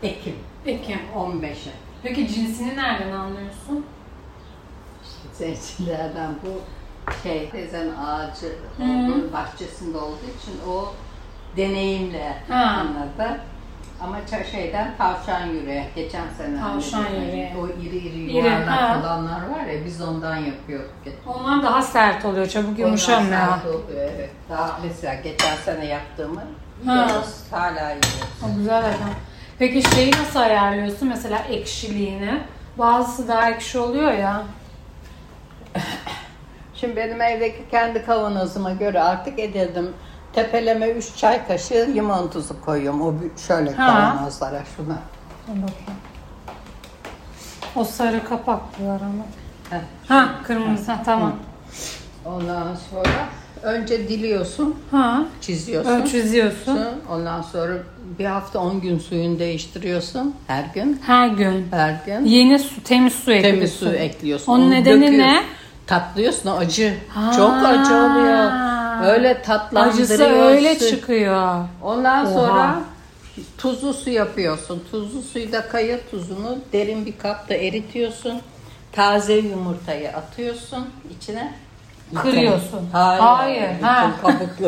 Ekim. Ekim. 15'e. Peki cinsini nereden anlıyorsun? Zeytinlerden bu teyzem ağacı onun bahçesinde olduğu için o deneyimle anladı. Ama tavşan yüreği geçen sene. Tavşan yüreği. O iri yuvarlak olanlar var ya biz ondan yapıyorduk. Onlar daha sert oluyor, çabuk yumuşamıyor. Sert oluyor, evet. Daha mesela geçen sene yaptığımı yiyoruz, hala yiyoruz. O güzel adam. Peki şeyi nasıl ayarlıyorsun mesela ekşiliğini? Bazısı daha ekşi oluyor ya. Şimdi benim evdeki kendi kavanozuma göre artık edildim. Tepeleme 3 çay kaşığı limon tuzu koyuyorum. O şöyle kavanozlara şuna. Bakayım. O sarı kapaklı var ama. Kırmızı tamam. Ondan sonra önce diliyorsun. Çiziyorsun. Çiziyorsun. Ondan sonra bir hafta 10 gün suyunu değiştiriyorsun her gün. Her gün. Her gün. Yeni su, temiz su ekliyorsun. Temiz su ekliyorsun. Onun nedeni ne? Tatlıyorsun, acı. Çok acı oluyor. Öyle tatlandırıyorsun. Acısı öyle çıkıyor. Ondan sonra tuzlu su yapıyorsun. Tuzlu suyu da kaya tuzunu derin bir kapta eritiyorsun. Taze yumurtayı atıyorsun içine. Kırıyorsun. Hayır. Kabuklu.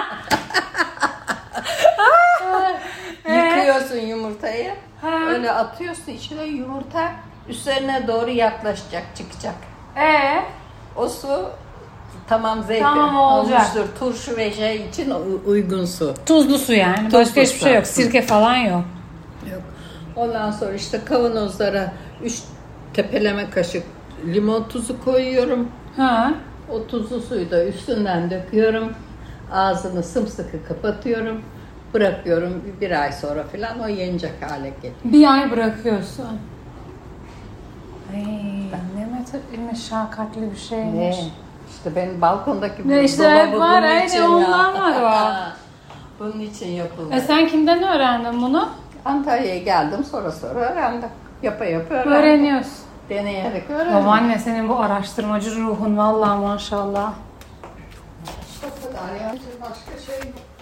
Yıkıyorsun yumurtayı. Öyle atıyorsun içine yumurta üzerine doğru yaklaşacak, çıkacak. O su tamam olmuştur. Turşu ve şey için uygun su. Tuzlu su yani. Tuzlu Başka hiçbir şey yok. Sirke falan yok. Yok. Ondan sonra işte kavanozlara 3 tepeleme kaşık limon tuzu koyuyorum. O tuzlu suyu da üstünden döküyorum. Ağzını sımsıkı kapatıyorum. Bırakıyorum bir ay sonra falan o yenecek hale geliyor. Bir ay bırakıyorsun. Ay, ne meşakkatli bir şeymiş. İşte benim balkondaki dolabı bunun için ondan var o. Bunun için yapıldı. Sen kimden öğrendin bunu? Antalya'ya geldim sonra öğrendim. Yapa öğrendim. Öğreniyorsun. Deneyerek öğrendim. Babaanne senin bu araştırmacı ruhun vallahi maşallah. O kadar ya. Başka şey yok.